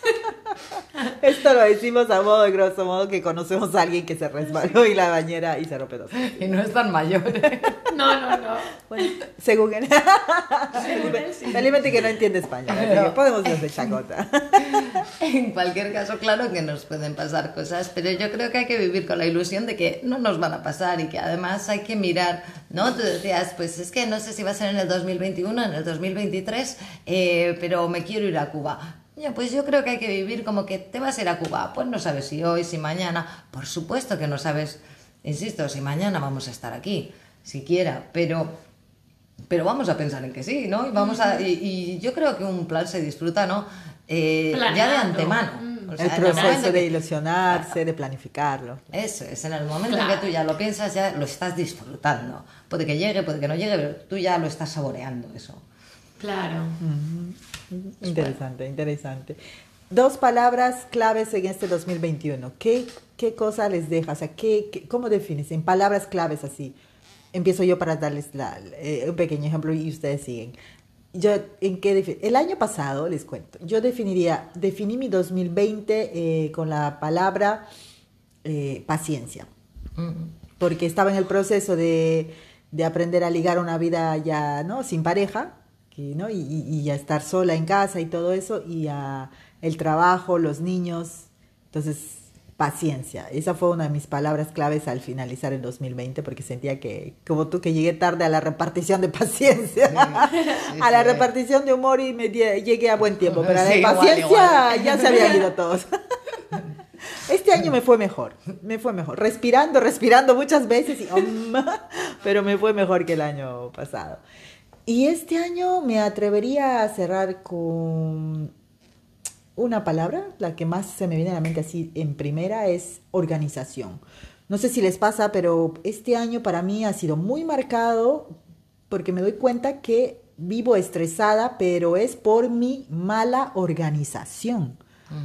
Esto lo decimos a modo de grosso modo que conocemos a alguien que se resbaló en la bañera y se rompe dos. Y no es tan mayor. No. Bueno, según él. Felizmente que no entiende español, así que podemos ir de chacota. En cualquier caso, claro que nos pueden pasar cosas, pero yo creo que hay que vivir con la ilusión de que no nos van a pasar y que además hay que mirar, ¿no? Tú decías, pues es que no sé si va a ser en el 2021, en el 2023, pero me quiero ir a Cuba. Ya, pues yo creo que hay que vivir como que te vas a ir a Cuba. Pues no sabes si hoy, si mañana. Por supuesto que no sabes, insisto, si mañana vamos a estar aquí, siquiera, pero vamos a pensar en que sí, ¿no? Y yo creo que un plan se disfruta, ¿no? Ya de Planeando. antemano. O El sea, en el momento proceso de que- ilusionarse, de planificarlo. Eso es, en el momento Claro. en que tú ya lo piensas, ya lo estás disfrutando. Puede que llegue, puede que no llegue, pero tú ya lo estás saboreando, eso. Claro. Interesante, interesante. Dos palabras claves en este 2021. ¿Qué cosa les deja? O sea, ¿cómo defines? En palabras claves así. Empiezo yo para darles un pequeño ejemplo y ustedes siguen. El año pasado, les cuento, definí mi 2020 con la palabra paciencia. Porque estaba en el proceso de aprender a ligar una vida ya, ¿no? Sin pareja, ¿no? Y ya estar sola en casa y todo eso, y el trabajo, los niños. Entonces, paciencia. Esa fue una de mis palabras claves al finalizar el 2020, porque sentía que, como tú, que llegué tarde a la repartición de paciencia, a la repartición de humor y llegué a buen tiempo, pero a la Sí, de igual, paciencia igual. ya se habían ido todos. Este año me fue mejor, respirando muchas veces, pero me fue mejor que el año pasado. Y este año me atrevería a cerrar con una palabra, la que más se me viene a la mente así en primera es organización. No sé si les pasa, pero este año para mí ha sido muy marcado porque me doy cuenta que vivo estresada, pero es por mi mala organización.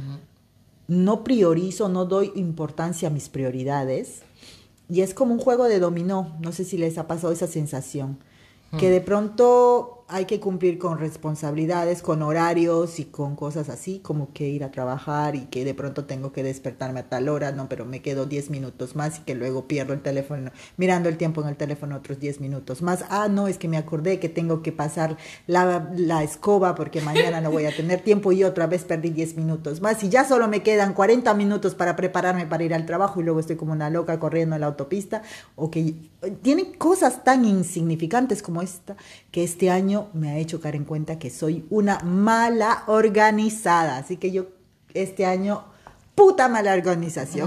No priorizo, no doy importancia a mis prioridades y es como un juego de dominó. No sé si les ha pasado esa sensación. que de pronto hay que cumplir con responsabilidades, con horarios y con cosas así, como que ir a trabajar y que de pronto tengo que despertarme a tal hora, no, pero me quedo 10 minutos más y que luego pierdo el teléfono, mirando el tiempo en el teléfono otros 10 minutos más. Ah, no, es que me acordé que tengo que pasar la escoba porque mañana no voy a tener tiempo y otra vez perdí 10 minutos más y ya solo me quedan 40 minutos para prepararme para ir al trabajo y luego estoy como una loca corriendo en la autopista. O que tienen cosas tan insignificantes como esta que este año me ha hecho caer en cuenta que soy una mala organizada. Así que yo este año, puta mala organización.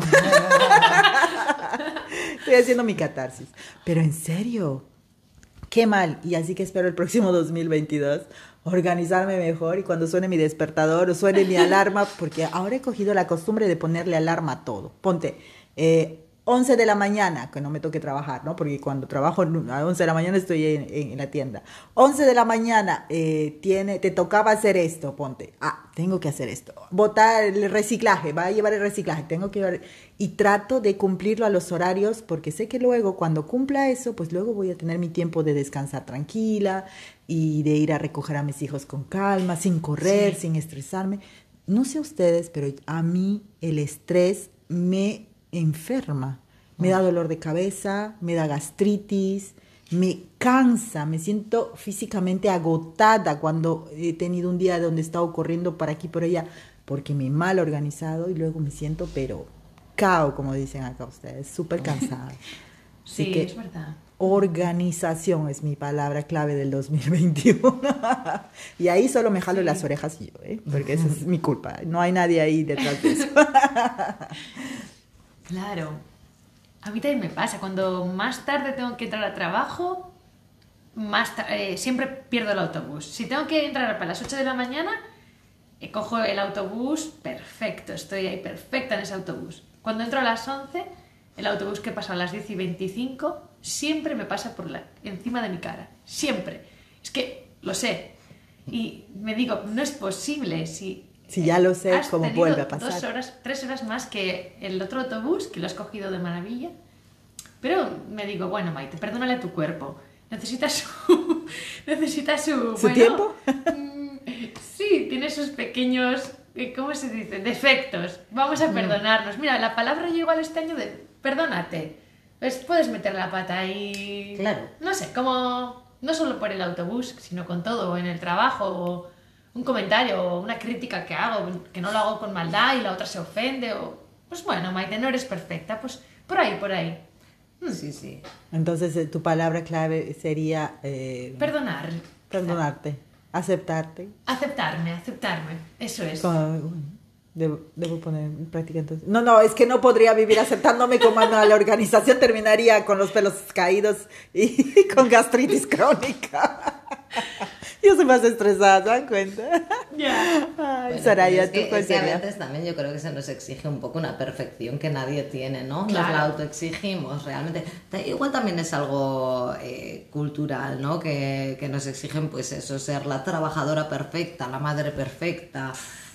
Estoy haciendo mi catarsis. Pero en serio, qué mal. Y así que espero el próximo 2022 organizarme mejor y cuando suene mi despertador o suene mi alarma, porque ahora he cogido la costumbre de ponerle alarma a todo. Ponte 11 de la mañana, que no me toque trabajar, ¿no? Porque cuando trabajo a 11 de la mañana estoy en la tienda. 11 de la mañana, te tocaba hacer esto, ponte. Ah, tengo que hacer esto. Botar el reciclaje, va a llevar el reciclaje, tengo que llevar... Y trato de cumplirlo a los horarios porque sé que luego, cuando cumpla eso, pues luego voy a tener mi tiempo de descansar tranquila y de ir a recoger a mis hijos con calma, sin correr, sí, sin estresarme. No sé ustedes, pero a mí el estrés me enferma, me da dolor de cabeza, me da gastritis, me cansa, me siento físicamente agotada cuando he tenido un día donde he estado corriendo para aquí por allá porque me he mal organizado y luego me siento pero cao, como dicen acá ustedes, súper cansada. Sí, así que es verdad. Organización es mi palabra clave del 2021. Y ahí solo me jalo las orejas yo, porque esa es mi culpa, no hay nadie ahí detrás de eso. Claro. A mí también me pasa. Cuando más tarde tengo que entrar al trabajo, siempre pierdo el autobús. Si tengo que entrar para las 8 de la mañana, cojo el autobús perfecto. Estoy ahí perfecta en ese autobús. Cuando entro a las 11, el autobús que pasa a las 10 y 25 siempre me pasa por encima de mi cara. Siempre. Es que lo sé. Y me digo, no es posible. Si ya lo sé, ¿cómo vuelve a pasar? 2 horas, 3 horas más que el otro autobús, que lo has cogido de maravilla. Pero me digo, bueno, Maite, perdónale a tu cuerpo. Necesitas ¿Su tiempo? Sí, tiene sus pequeños, ¿cómo se dice? Defectos. Vamos a perdonarnos. Mira, la palabra yo igual este año de perdónate. Pues puedes meter la pata ahí. Claro. No sé, como no solo por el autobús, sino con todo, o en el trabajo, o un comentario o una crítica que hago, que no lo hago con maldad y la otra se ofende, o pues bueno, Maite, no eres perfecta, pues por ahí, por ahí. Sí, sí. Entonces tu palabra clave sería... Perdonar. Perdonarte, aceptarte. Aceptarme, eso es. Debo poner en práctica entonces. No, es que no podría vivir aceptándome como a la organización, terminaría con los pelos caídos y con gastritis crónica. Yo soy más estresada, ¿te dan cuenta? Ya. Ay, Bueno, Soraya, es que, ¿tú cuál es que a sería? veces también yo creo que se nos exige un poco una perfección que nadie tiene, ¿no? Claro. Nos la autoexigimos realmente. Igual también es algo cultural, ¿no? Que nos exigen pues eso, ser la trabajadora perfecta, la madre perfecta,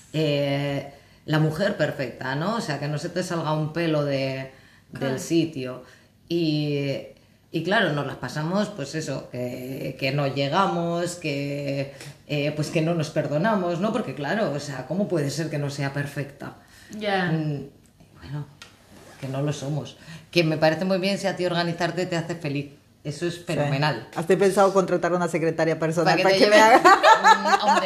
la mujer perfecta, ¿no? O sea, que no se te salga un pelo del sitio. Y claro, nos las pasamos, pues eso, que no llegamos, pues que no nos perdonamos, ¿no? Porque claro, o sea, ¿cómo puede ser que no sea perfecta? Ya. Bueno, que no lo somos. Que me parece muy bien si a ti organizarte te hace feliz. Eso es fenomenal. Sí. Hasta he pensado contratar una secretaria personal Para para que que te me lleve... haga... Hombre,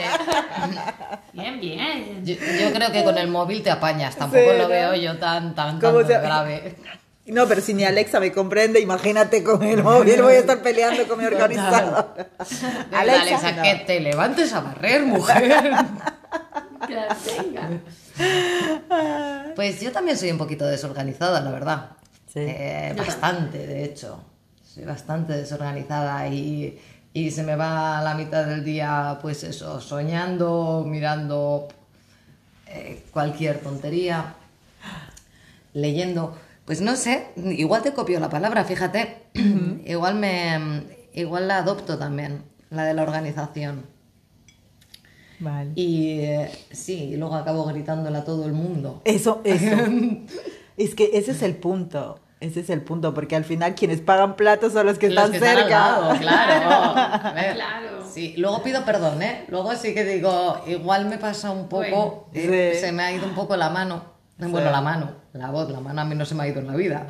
Bien. yo creo que con el móvil te apañas. Tampoco Sí, lo ¿no? veo yo tan ¿Cómo se- grave. No, pero si ni Alexa me comprende, imagínate con el móvil, voy a estar peleando con mi organizador. Alexa, no. que te levantes a barrer, mujer. Ya, venga. Pues yo también soy un poquito desorganizada, la verdad. Sí. Bastante, de hecho. Soy bastante desorganizada y se me va la mitad del día, pues eso, soñando, mirando cualquier tontería, leyendo. Pues no sé, igual te copio la palabra, fíjate. Igual la adopto también, la de la organización. Vale. Y sí, y luego acabo gritándole a todo el mundo. Eso. Es que ese es el punto. Ese es el punto, porque al final quienes pagan platos son los que están Están al cerca. lado, claro. A ver, Claro. Sí, luego pido perdón, ¿eh? Luego sí que digo, igual me pasa un poco, Bueno, sí. se me ha ido un poco la mano. Bueno, Sí. la mano, la voz, la mano a mí no se me ha ido en la vida.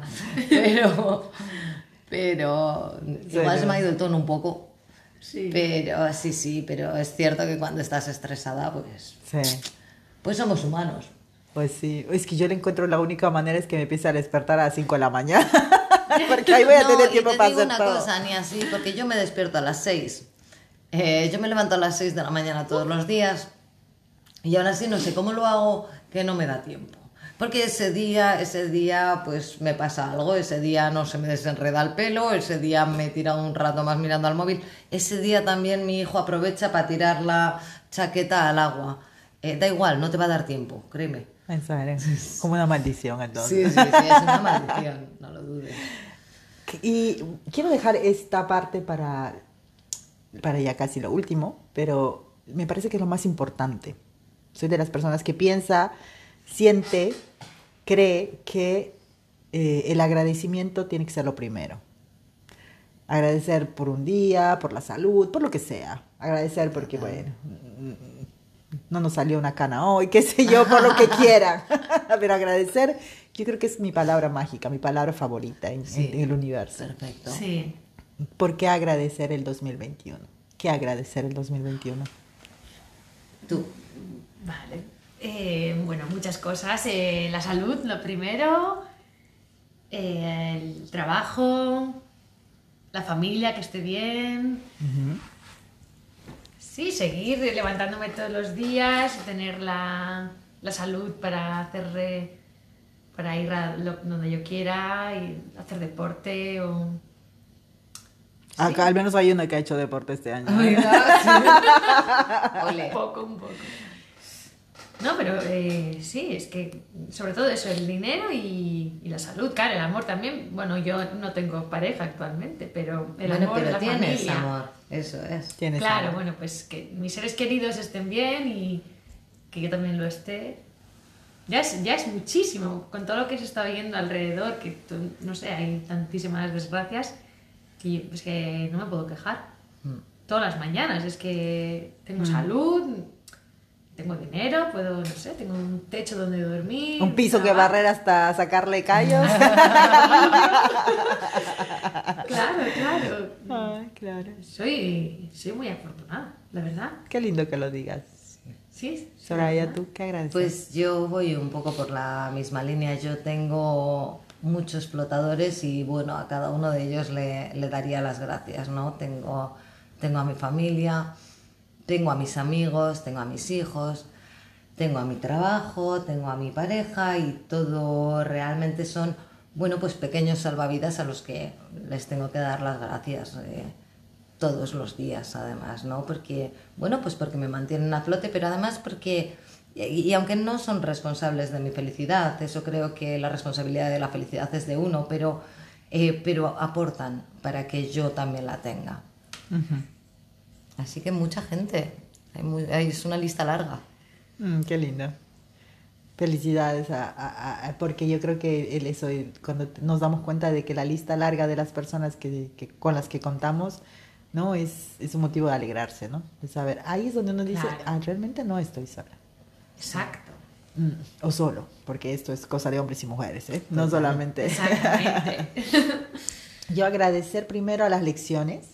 Pero igual Sí, se me ha no. ido el tono un poco. Sí. Pero sí, pero es cierto que cuando estás estresada, Sí. pues somos humanos. Pues sí, es que yo le encuentro la única manera es que me empiece a despertar a las 5 de la mañana, porque ahí voy a tener tiempo y te para digo hacer una todo. cosa, ni así, porque yo me despierto a las 6. Yo me levanto a las 6 de la mañana todos los días y aún así no sé cómo lo hago que no me da tiempo. Porque ese día pues me pasa algo, ese día no se me desenreda el pelo, ese día me he tirado un rato más mirando al móvil, ese día también mi hijo aprovecha para tirar la chaqueta al agua. Da igual, no te va a dar tiempo, créeme. Eso es como una maldición entonces. Sí, es una maldición, no lo dudes. Y quiero dejar esta parte para ya casi lo último, pero me parece que es lo más importante. Soy de las personas que piensa, siente, cree que el agradecimiento tiene que ser lo primero. Agradecer por un día, por la salud, por lo que sea. Agradecer porque, bueno, no nos salió una cana hoy, qué sé yo, por lo que quieran. Pero agradecer, yo creo que es mi palabra mágica, mi palabra favorita en el universo. Perfecto. Sí. ¿Por qué agradecer el 2021? ¿Qué agradecer el 2021? Tú. Vale. Bueno, muchas cosas. La salud, lo primero. El trabajo. La familia, que esté bien. Sí, seguir levantándome todos los días. Tener la salud para hacer... para ir donde yo quiera y hacer deporte o... Acá al menos hay uno que ha hecho deporte este año. Ole. Un poco. No, pero sí, es que sobre todo eso, el dinero y la salud, claro, el amor también. Bueno, yo no tengo pareja actualmente, pero el Bueno, amor, pero la tienes familia. amor, eso es. Tienes Claro, amor. bueno, pues que mis seres queridos estén bien y que yo también lo esté. Ya es muchísimo, con todo lo que se está viendo alrededor, que no sé, hay tantísimas desgracias, que es que no me puedo quejar. Todas las mañanas, es que tengo salud, tengo dinero, puedo, no sé, tengo un techo donde dormir. Un piso que trabajo. barrer hasta sacarle callos. Claro. Ay, claro. Soy muy afortunada, la verdad. Qué lindo que lo digas. Sí. Soraya, ¿tú qué agradeces? Pues yo voy un poco por la misma línea. Yo tengo muchos explotadores y bueno, a cada uno de ellos le daría las gracias, ¿no? Tengo a mi familia, tengo a mis amigos, tengo a mis hijos, tengo a mi trabajo, tengo a mi pareja y todo realmente son, bueno, pues pequeños salvavidas a los que les tengo que dar las gracias todos los días, además, ¿no? Porque, bueno, pues porque me mantienen a flote, pero además porque, y aunque no son responsables de mi felicidad, eso creo que la responsabilidad de la felicidad es de uno, pero aportan para que yo también la tenga. Así que mucha gente, es una lista larga. Qué lindo. Felicidades porque yo creo que eso, cuando nos damos cuenta de que la lista larga de las personas con las que contamos, ¿no? Es un motivo de alegrarse, ¿no? De saber, ahí es donde uno dice, Claro. realmente no estoy sola. Exacto. O solo, porque esto es cosa de hombres y mujeres, ¿eh? No solamente. Exactamente. Yo agradecer primero a las lecciones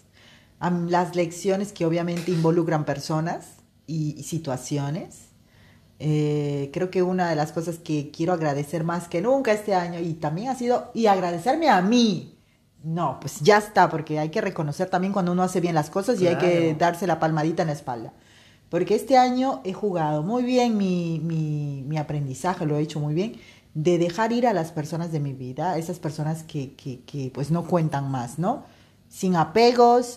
que obviamente involucran personas y situaciones. Creo que una de las cosas que quiero agradecer más que nunca este año y también ha sido, y agradecerme a mí. No, pues ya está, porque hay que reconocer también cuando uno hace bien las cosas y hay que Claro. darse la palmadita en la espalda. Porque este año he jugado muy bien mi aprendizaje, lo he hecho muy bien, de dejar ir a las personas de mi vida, esas personas que pues no cuentan más, ¿no? Sin apegos,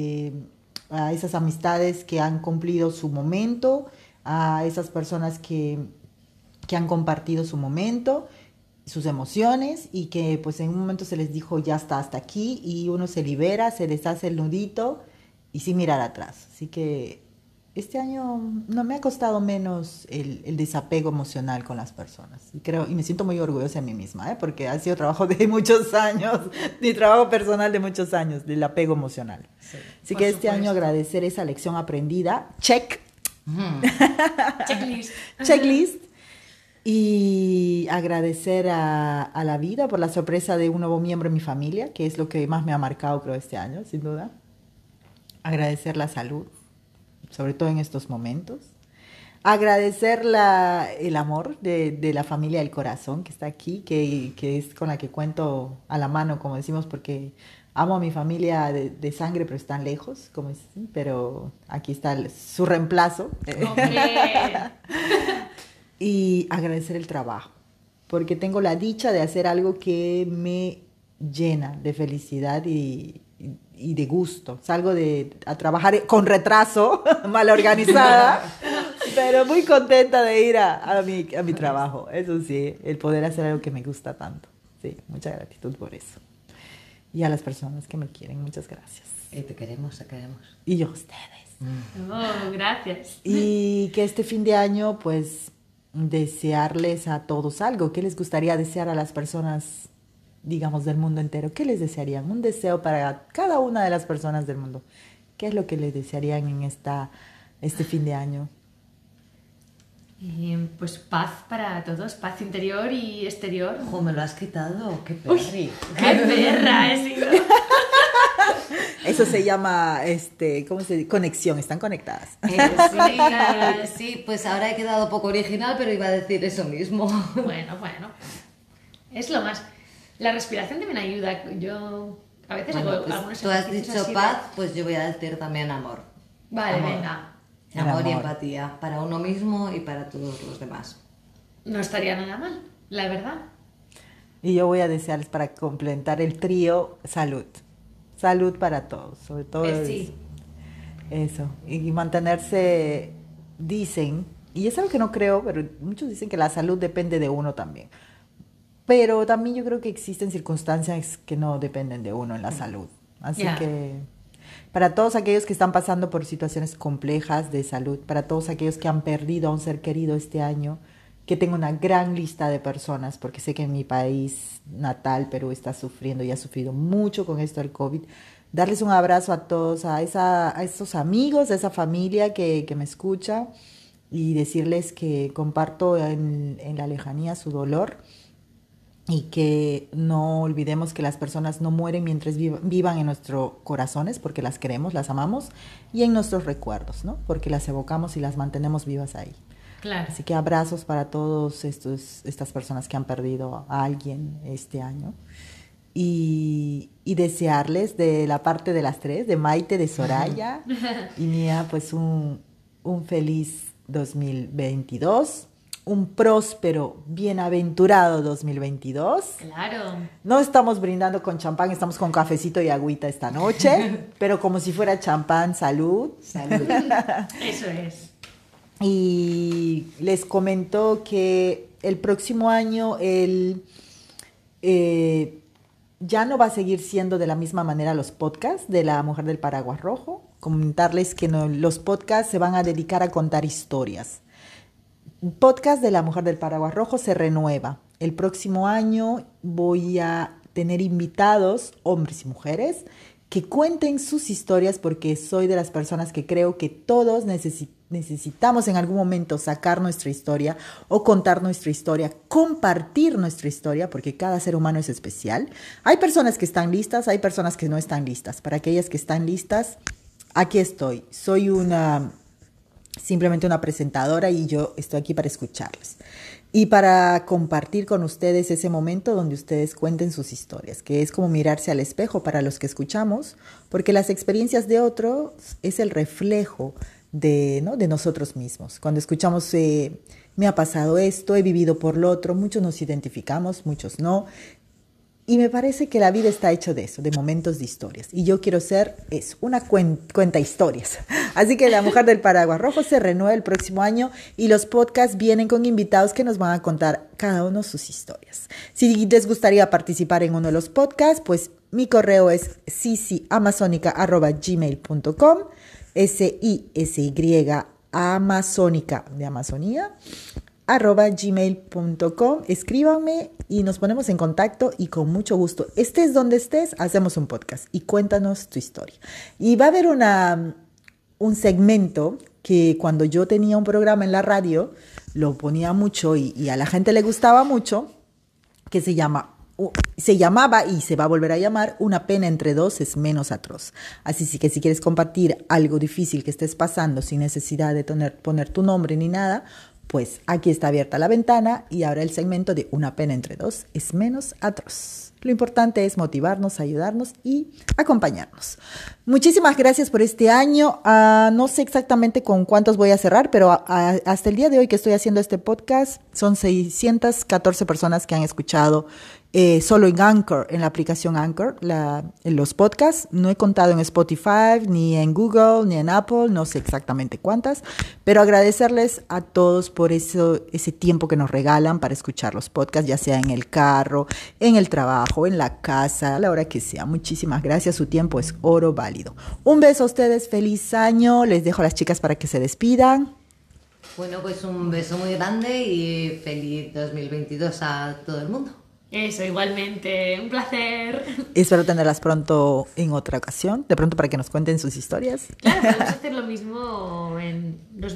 a esas amistades que han cumplido su momento, a esas personas que han compartido su momento, sus emociones y que pues en un momento se les dijo ya está hasta aquí y uno se libera, se les hace el nudito y sin mirar atrás. Así que este año no me ha costado menos el desapego emocional con las personas. Y me siento muy orgullosa de mí misma, porque ha sido trabajo de muchos años, mi trabajo personal de muchos años, del apego emocional. Sí, Así que este año agradecer esa lección aprendida, check. Checklist. Checklist. Y agradecer a la vida por la sorpresa de un nuevo miembro en mi familia, que es lo que más me ha marcado, creo, este año, sin duda. Agradecer la salud, sobre todo en estos momentos. Agradecer el amor de la familia del corazón que está aquí, que es con la que cuento a la mano, como decimos, porque amo a mi familia de sangre, pero están lejos, como dicen, pero aquí está su reemplazo. ¡Hombre! Y agradecer el trabajo, porque tengo la dicha de hacer algo que me llena de felicidad y de gusto. Salgo a trabajar con retraso, mal organizada, pero muy contenta de ir a mi trabajo. Eso sí, el poder hacer algo que me gusta tanto. Sí, mucha gratitud por eso. Y a las personas que me quieren, muchas gracias. Te queremos, te queremos. Y yo a ustedes. Oh, gracias. Y que este fin de año, pues, desearles a todos algo. ¿Qué les gustaría desear a las personas, digamos, del mundo entero? ¿Qué les desearían? Un deseo para cada una de las personas del mundo. ¿Qué es lo que les desearían en este fin de año? Pues paz para todos, paz interior y exterior. Ojo, me lo has quitado, qué perri. ¡Qué perra he sido! Eso se llama, ¿cómo se dice? Conexión, están conectadas. Sí, pues ahora he quedado poco original, pero iba a decir eso mismo. Bueno. Es lo más. La respiración también ayuda. Yo a veces Bueno, hago pues algunos tú has ejercicios dicho así paz, pues yo voy a decir también amor. Vale, Amor. venga. Amor y amor. empatía para uno mismo y para todos los demás. No estaría nada mal, la verdad. Y yo voy a desearles para complementar el trío, salud. Salud para todos, sobre todo Sí. eso. Y mantenerse, dicen, y es algo que no creo, pero muchos dicen que la salud depende de uno también. Pero también yo creo que existen circunstancias que no dependen de uno en la salud. Así Ya. que para todos aquellos que están pasando por situaciones complejas de salud, para todos aquellos que han perdido a un ser querido este año, que tengo una gran lista de personas, porque sé que en mi país natal, Perú, está sufriendo y ha sufrido mucho con esto del COVID. Darles un abrazo a todos, a esos amigos, a esa familia que me escucha y decirles que comparto en la lejanía su dolor y que no olvidemos que las personas no mueren mientras vivan en nuestros corazones, porque las queremos, las amamos, y en nuestros recuerdos, ¿no? Porque las evocamos y las mantenemos vivas ahí. Claro. Así que abrazos para todos estas personas que han perdido a alguien este año. Y desearles de la parte de las tres, de Maite, de Soraya y mía, pues un feliz 2022, un próspero, bienaventurado 2022. Claro. No estamos brindando con champán, estamos con cafecito y agüita esta noche, pero como si fuera champán, salud. Salud. Eso es. Y les comento que el próximo año ya no va a seguir siendo de la misma manera los podcasts de la Mujer del Paraguas Rojo. Comentarles que los podcasts se van a dedicar a contar historias. El podcast de la Mujer del Paraguas Rojo se renueva. El próximo año voy a tener invitados, hombres y mujeres, que cuenten sus historias, porque soy de las personas que creo que todos necesitamos en algún momento sacar nuestra historia o contar nuestra historia, compartir nuestra historia, porque cada ser humano es especial. Hay personas que están listas, hay personas que no están listas. Para aquellas que están listas, aquí estoy. Soy simplemente una presentadora y yo estoy aquí para escucharles y para compartir con ustedes ese momento donde ustedes cuenten sus historias, que es como mirarse al espejo para los que escuchamos, porque las experiencias de otros es el reflejo de nosotros mismos. Cuando escuchamos me ha pasado esto, he vivido por lo otro, muchos nos identificamos, muchos no. Y me parece que la vida está hecha de eso, de momentos de historias. Y yo quiero ser eso, una cuenta historias. Así que la Mujer del Paraguas Rojo se renueva el próximo año y los podcasts vienen con invitados que nos van a contar cada uno sus historias. Si les gustaría participar en uno de los podcasts, pues mi correo es sisiamazonica@gmail.com. SISY amazónica de Amazonía @gmail.com. Escríbanme y nos ponemos en contacto y con mucho gusto, estés donde estés, hacemos un podcast y cuéntanos tu historia. Y va a haber un segmento que cuando yo tenía un programa en la radio, lo ponía mucho y a la gente le gustaba mucho, que se llamaba y se va a volver a llamar Una pena entre dos es menos atroz. Así que si quieres compartir algo difícil que estés pasando sin necesidad de poner tu nombre ni nada, pues aquí está abierta la ventana y ahora el segmento de Una pena entre dos es menos atroz. Lo importante es motivarnos, ayudarnos y acompañarnos. Muchísimas gracias por este año. No sé exactamente con cuántos voy a cerrar, pero hasta el día de hoy que estoy haciendo este podcast, son 614 personas que han escuchado solo en Anchor, en la aplicación Anchor, en los podcasts. No he contado en Spotify, ni en Google, ni en Apple, no sé exactamente cuántas, pero agradecerles a todos por ese tiempo que nos regalan para escuchar los podcasts, ya sea en el carro, en el trabajo, en la casa, a la hora que sea. Muchísimas gracias, su tiempo es oro válido. Un beso a ustedes, feliz año, les dejo a las chicas para que se despidan. Bueno, pues un beso muy grande y feliz 2022 a todo el mundo. Eso, igualmente, un placer. Espero tenerlas pronto en otra ocasión, de pronto para que nos cuenten sus historias. Claro, podemos hacer lo mismo en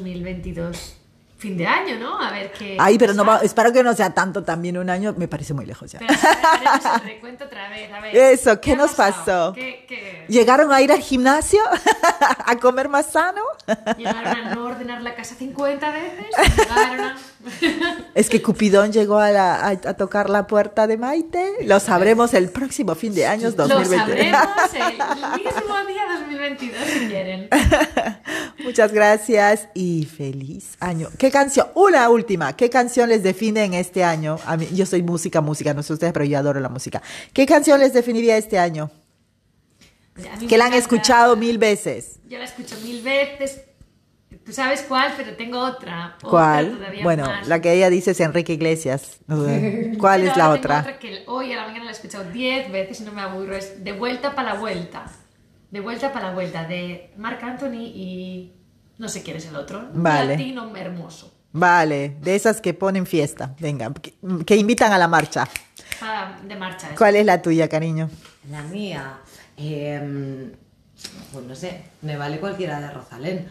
2022, fin de año, ¿no? A ver qué... Ay, pero espero que no sea tanto también un año, me parece muy lejos ya. Pero haremos el recuento otra vez, a ver. Eso, ¿qué nos pasó? ¿Qué? ¿Llegaron a ir al gimnasio? ¿A comer más sano? ¿Llegaron a no ordenar la casa 50 veces? ¿Llegaron a...? Es que Cupidón llegó a tocar la puerta de Maite. Lo sabremos el próximo fin de año 2020. Lo sabremos el mismo día 2022 si quieren. Muchas gracias y feliz año. ¿Qué canción? Una última. ¿Qué canción les define en este año? A mí, yo soy música, no sé ustedes, pero yo adoro la música. ¿Qué canción les definiría este año? Que la han escuchado 1000 veces. Yo la escucho 1000 veces. Tú sabes cuál, pero tengo otra. ¿Cuál? Otra todavía bueno, más. La que ella dice es Enrique Iglesias. ¿Cuál Pero es la ahora otra? tengo otra que hoy a la mañana la he escuchado 10 veces y no me aburro. Es De vuelta para la vuelta. De vuelta para la vuelta. De Marc Anthony y... no sé quién es el otro. Vale. Un latino hermoso. Vale, de esas que ponen fiesta. Venga, que invitan a la marcha. De marcha. Eso. ¿Cuál es la tuya, cariño? La mía, pues no sé, me vale cualquiera de Rosalén.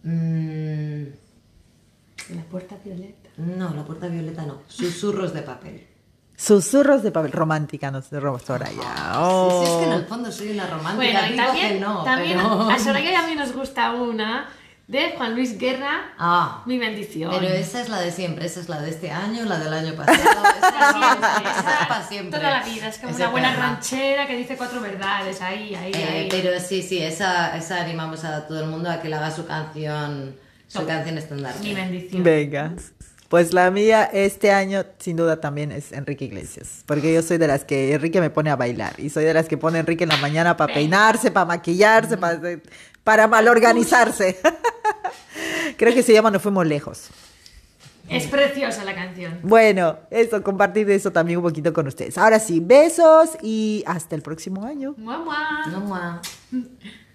La puerta violeta. No, la puerta violeta no. Susurros de papel. Susurros de papel, romántica, no sé, Soraya. Oh. Sí, es que en el fondo soy una romántica. Bueno, y digo también, que no, también pero... a Soraya y a mí nos gusta una de Juan Luis Guerra, Mi bendición. Pero esa es la de siempre, esa es la de este año, la del año pasado. Esa es para siempre. Toda la vida, es como Esa una buena perra. ranchera que dice 4 verdades, ahí. Pero sí, esa animamos a todo el mundo a que le haga su canción estandarte. Mi bendición. Venga. Pues la mía este año sin duda también es Enrique Iglesias, porque yo soy de las que Enrique me pone a bailar y soy de las que pone a Enrique en la mañana para peinarse, para maquillarse, para mal organizarse. Creo que se llama Nos fuimos lejos. Es preciosa la canción. Bueno, eso, compartir eso también un poquito con ustedes. Ahora sí, besos y hasta el próximo año. Mua, mua. No, mua.